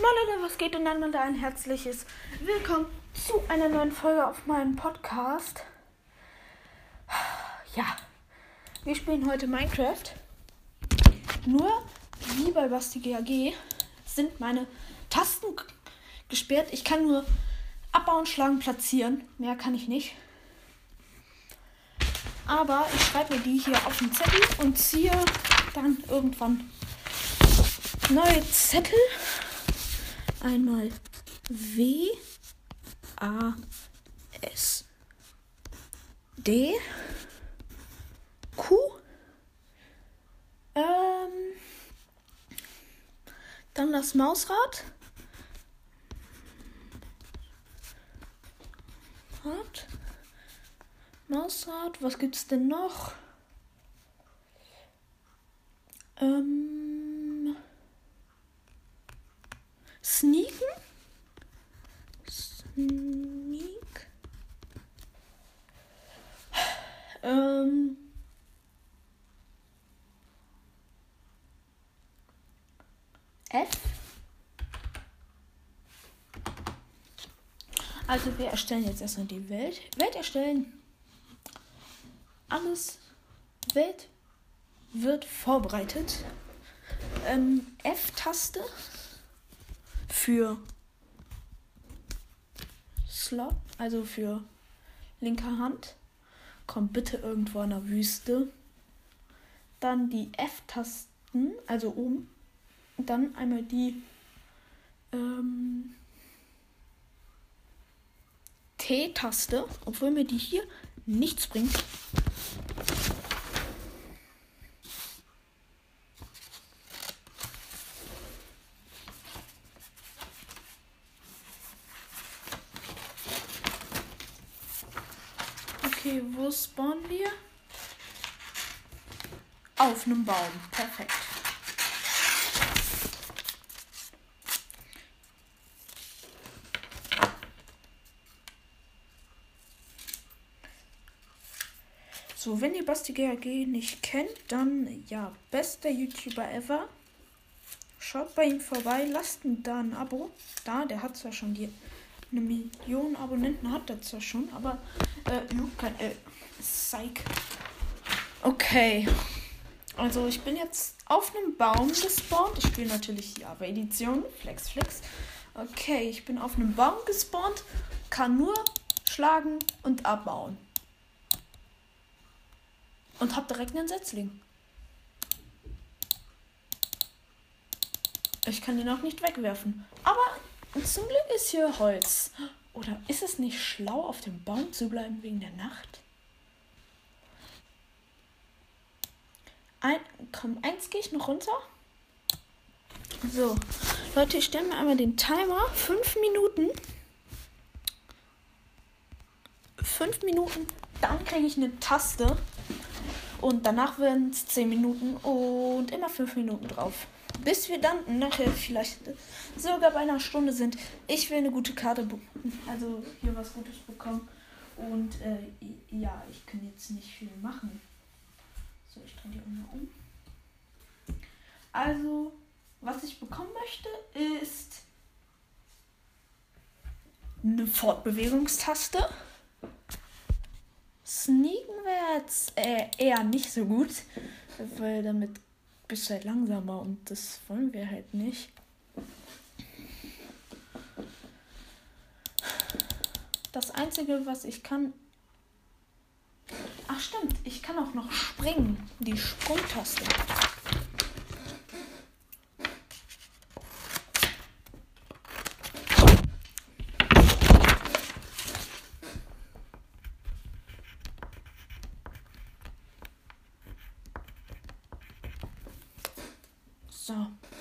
Leute, was geht und dann ein herzliches Willkommen zu einer neuen Folge auf meinem Podcast. Ja, wir spielen heute Minecraft. Nur, wie bei Basti GAG, sind meine Tasten gesperrt. Ich kann nur abbauen, schlagen, platzieren. Mehr kann ich nicht. Aber ich schreibe mir die hier auf den Zettel und ziehe dann irgendwann neue Zettel. Einmal W, A, S, D, Q, dann das Mausrad, Mausrad, was gibt's denn noch? Sneak. F. Also wir erstellen jetzt erstmal die Welt. Welt erstellen. Alles Welt wird vorbereitet. F-Taste für Slot, also für linke Hand. Kommt bitte irgendwo in der Wüste. Dann die F-Tasten, also oben. Und dann einmal die T-Taste, obwohl mir die hier nichts bringt. Okay, wo spawnen wir? Auf einem Baum. Perfekt. So, wenn ihr Basti GAG nicht kennt, dann ja, bester YouTuber ever. Schaut bei ihm vorbei, lasst ihm da ein Abo. Da, der hat zwar schon eine Million Abonnenten, hat er zwar schon, aber Psych. Okay. Also ich bin jetzt auf einem Baum gespawnt. Ich spiele natürlich Java Edition. Flex. Okay, ich bin auf einem Baum gespawnt. Kann nur schlagen und abbauen. Und hab direkt einen Setzling. Ich kann den auch nicht wegwerfen. Aber zum Glück ist hier Holz. Oder ist es nicht schlau, auf dem Baum zu bleiben wegen der Nacht? Eins gehe ich noch runter. So, Leute, ich stelle mir einmal den Timer. 5 Minuten. 5 Minuten, dann kriege ich eine Taste. Und danach werden es 10 Minuten und immer 5 Minuten drauf. Bis wir dann nachher vielleicht sogar bei einer Stunde sind. Ich will eine gute Karte, also hier was Gutes bekommen. Und ja, ich kann jetzt nicht viel machen. So, ich drehe die mal um. Also, was ich bekommen möchte, ist eine Fortbewegungstaste. Sneaken wäre jetzt eher nicht so gut, weil damit bist du halt langsamer und das wollen wir halt nicht. Das Einzige, was ich kann... Ach stimmt, ich kann auch noch springen. Die Sprungtaste. So.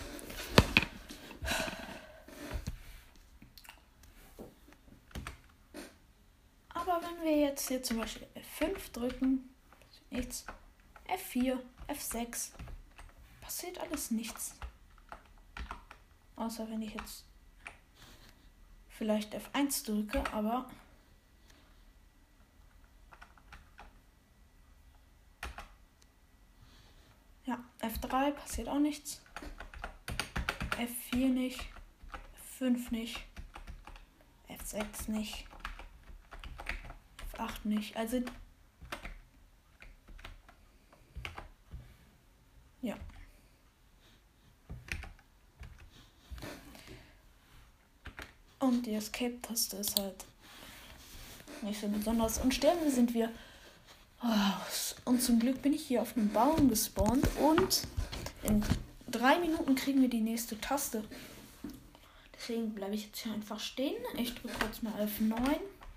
Aber wenn wir jetzt hier zum Beispiel F5 drücken, nichts. F4, F6, passiert alles nichts. Außer wenn ich jetzt vielleicht F1 drücke, aber ja, F3 passiert auch nichts. F4 nicht. F5 nicht. F6 nicht. F8 nicht. Also. Ja. Und die Escape-Taste ist halt nicht so besonders. Und sterben sind wir. Und zum Glück bin ich hier auf einem Baum gespawnt. Und in 3 Minuten kriegen wir die nächste Taste. Deswegen bleibe ich jetzt hier einfach stehen. Ich drücke kurz mal F9.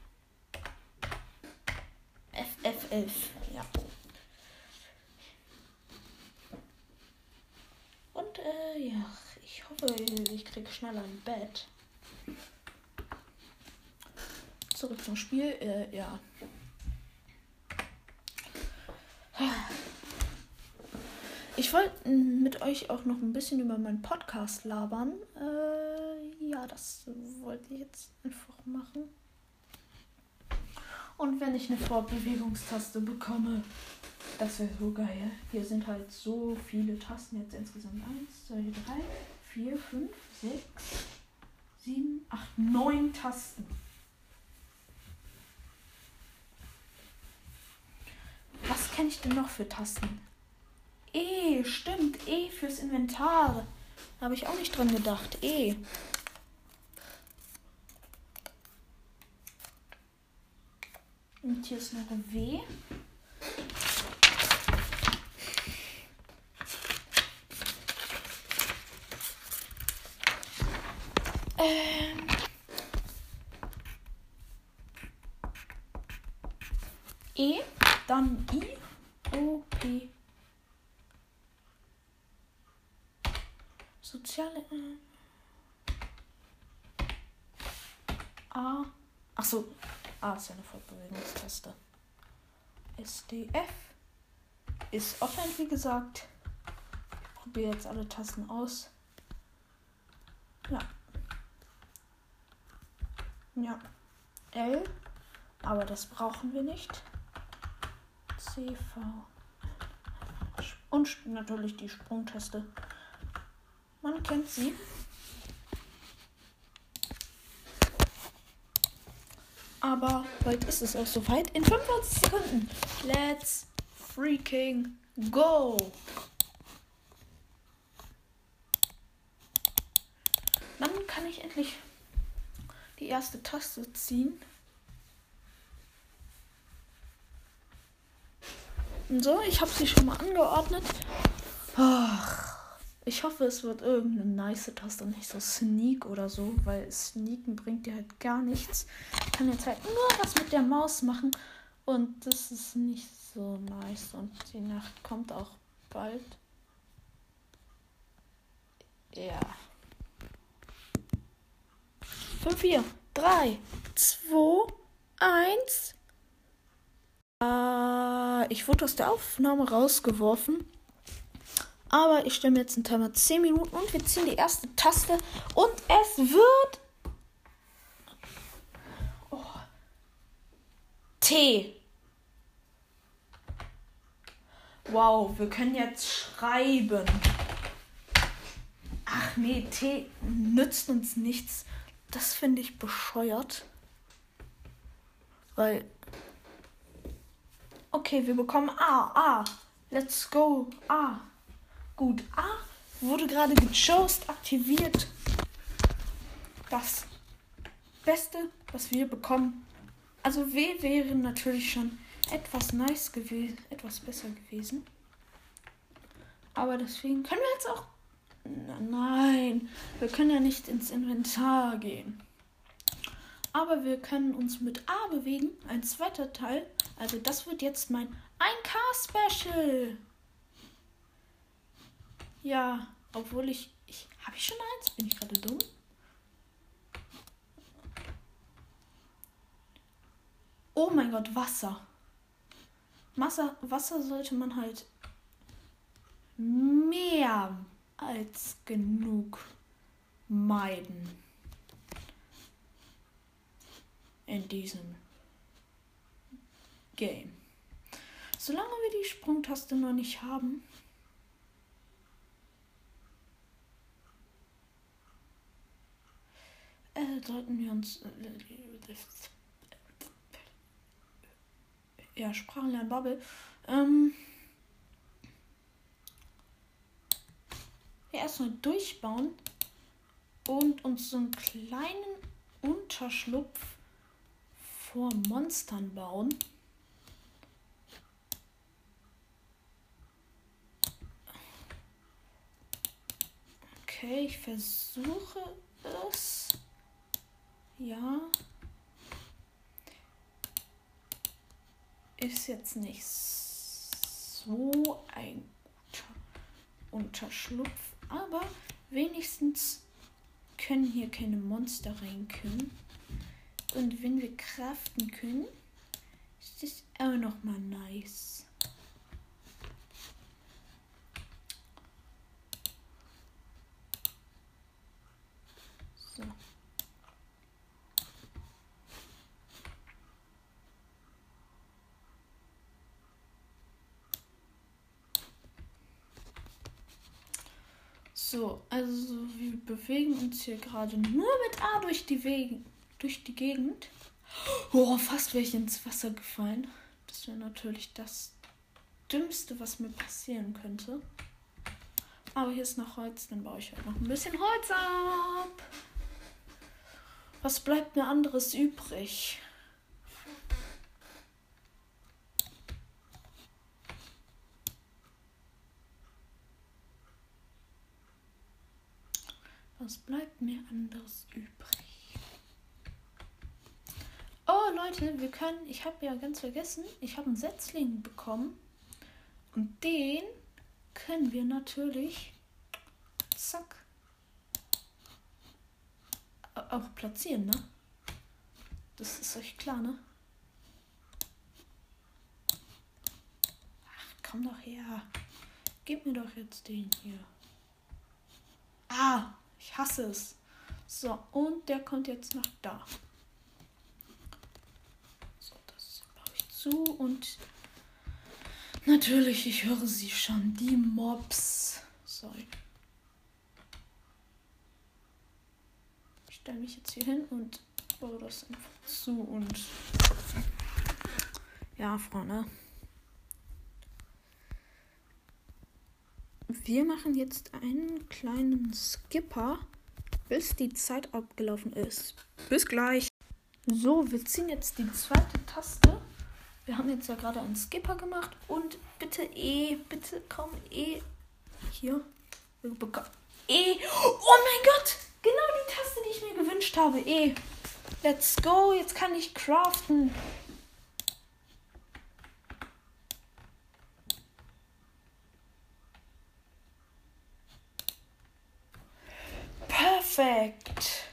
F11. Ja. Und ja, ich hoffe, ich kriege schneller ein Bett. Zurück zum Spiel. Ja. Ich wollte mit euch auch noch ein bisschen über meinen Podcast labern. Ja, das wollte ich jetzt einfach machen. Und wenn ich eine Fortbewegungstaste bekomme, das wäre so geil. Hier sind halt so viele Tasten jetzt insgesamt. 1, 2, 3, 4, 5, 6, 7, 8, 9 Tasten. Was kenne ich denn noch für Tasten? E, stimmt. E fürs Inventar. Da habe ich auch nicht dran gedacht. E. Und hier ist noch ein W. E, dann I, O, P. Soziale. A. Achso, A ist ja eine Fortbewegungstaste. SDF ist offline, wie gesagt. Ich probiere jetzt alle Tasten aus. Ja. Ja. L. Aber das brauchen wir nicht. CV. Und natürlich die Sprungtaste. Man kennt sie. Aber bald ist es auch soweit. In 45 Sekunden. Let's freaking go. Dann kann ich endlich die erste Taste ziehen. Und so, ich habe sie schon mal angeordnet. Ich hoffe, es wird irgendeine nice Taste und nicht so Sneak oder so, weil Sneaken bringt dir halt gar nichts. Ich kann jetzt halt nur was mit der Maus machen und das ist nicht so nice und die Nacht kommt auch bald. Ja. 5, 4, 3, 2, 1. Ich wurde aus der Aufnahme rausgeworfen. Aber ich stelle mir jetzt einen Timer 10 Minuten und wir ziehen die erste Taste und es wird T. Wow, wir können jetzt schreiben. Ach nee, T nützt uns nichts. Das finde ich bescheuert. Weil okay, wir bekommen A. Let's go. A. Gut, A wurde gerade gechosen, aktiviert. Das Beste, was wir bekommen. Also W wäre natürlich schon etwas nice gewesen, etwas besser gewesen. Aber deswegen können wir jetzt auch... Nein, wir können ja nicht ins Inventar gehen. Aber wir können uns mit A bewegen. Ein zweiter Teil. Also das wird jetzt mein 1K-Special. Ja, obwohl habe ich schon eins? Bin ich gerade dumm? Oh mein Gott, Wasser. Wasser sollte man halt mehr als genug meiden. In diesem Game. Solange wir die Sprungtaste noch nicht haben, sollten wir uns Sprachenlernen Bubble. Erstmal durchbauen und uns so einen kleinen Unterschlupf vor Monstern bauen. Okay, ich versuche es. Ja. Ist jetzt nicht so ein guter Unterschlupf, aber wenigstens können hier keine Monster rein können. Und wenn wir craften können, ist das auch nochmal nice. So. So, also wir bewegen uns hier gerade nur mit A durch die Gegend. Oh, fast wäre ich ins Wasser gefallen. Das wäre natürlich das Dümmste, was mir passieren könnte. Aber hier ist noch Holz, dann baue ich halt noch ein bisschen Holz ab. Was bleibt mir anderes übrig? Was bleibt mir anderes übrig? Oh Leute, ich habe ja ganz vergessen, ich habe einen Setzling bekommen. Und den können wir natürlich, zack, auch platzieren, ne? Das ist euch klar, ne? Ach, komm doch her. Gib mir doch jetzt den hier. Ah, ich hasse es. So, und der kommt jetzt nach da. So, das baue ich zu und natürlich, ich höre sie schon, die Mobs. Sorry. Ich stelle mich jetzt hier hin und baue das einfach zu und ja, Freunde. Wir machen jetzt einen kleinen Skipper, bis die Zeit abgelaufen ist. Bis gleich. So, wir ziehen jetzt die zweite Taste. Wir haben jetzt ja gerade einen Skipper gemacht und bitte bitte komm hier. E. Oh mein Gott, genau die Taste, die ich mir gewünscht habe. E. Let's go, jetzt kann ich craften. Perfekt.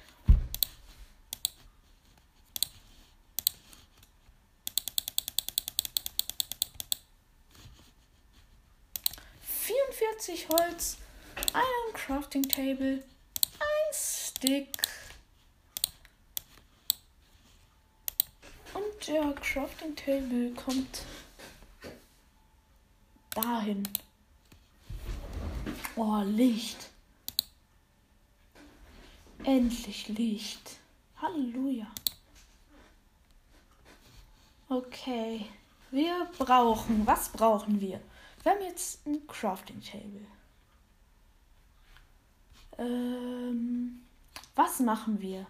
Holz, ein Crafting Table, ein Stick und der Crafting Table kommt dahin. Oh, Licht. Endlich Licht. Halleluja. Okay. Was brauchen wir? Wir haben jetzt ein Crafting Table. Was machen wir?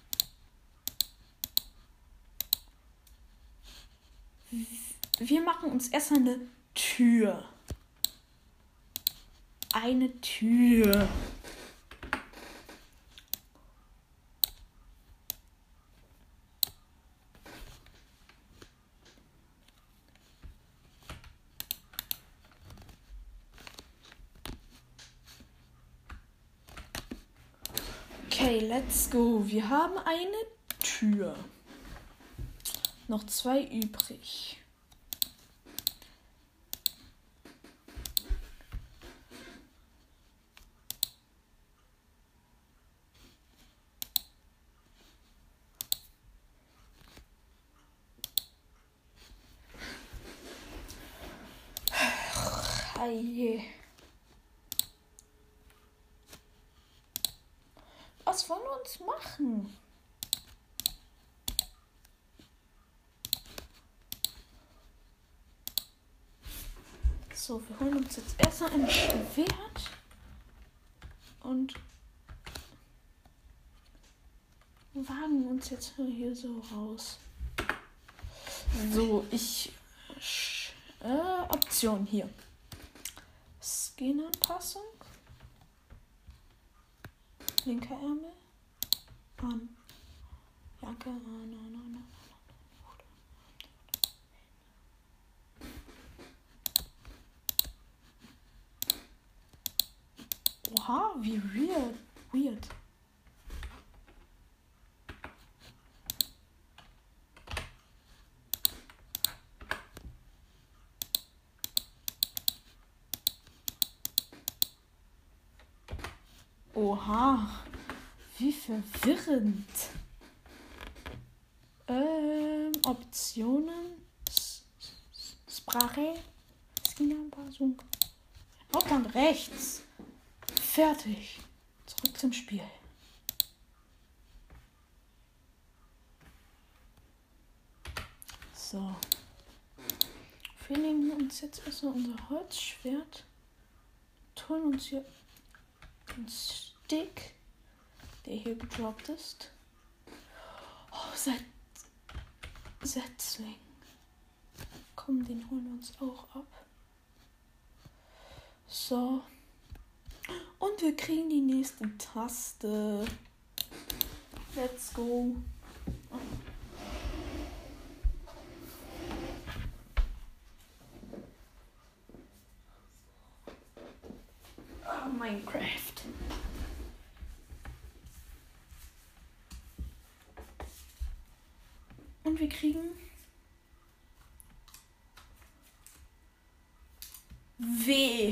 Wir machen uns erstmal eine Tür. Eine Tür. Okay, let's go. Wir haben eine Tür. Noch 2 übrig. Hey. Was wollen wir uns machen? So, wir holen uns jetzt erstmal ein Schwert und wagen uns jetzt hier so raus. So, Option hier. Skin-Anpassung. Linker Ärmel. An. Jacke. Oha, wie weird. Oha, wie verwirrend. Optionen. Sprache. Skin-Anpassung. Hauptland rechts. Fertig. Zurück zum Spiel. So. Wir legen uns jetzt erstmal unser Holzschwert. Tun uns hier einen Stick, der hier gedroppt ist. Oh, Setzling. Komm, den holen wir uns auch ab. So. Und wir kriegen die nächste Taste. Let's go. Oh, Minecraft. Und wir kriegen W.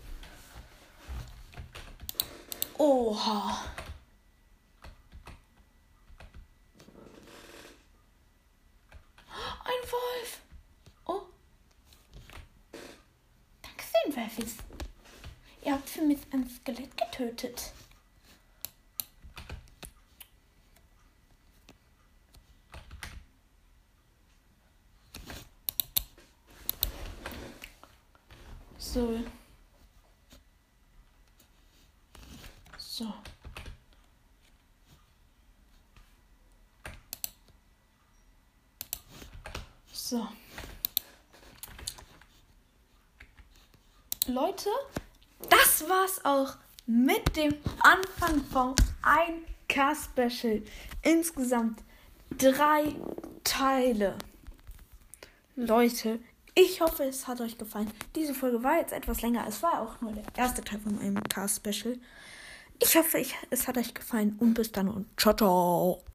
Oha. Ein Wolf. Oh. Dankeschön, Wölfis. Ihr habt für mich ein Skelett getötet. So. Leute, das war's auch mit dem Anfang von 1K-Special. Insgesamt 3 Teile. Leute, ich hoffe, es hat euch gefallen. Diese Folge war jetzt etwas länger. Es war auch nur der erste Teil von einem Cast-Special. Ich hoffe, es hat euch gefallen und bis dann und ciao, ciao.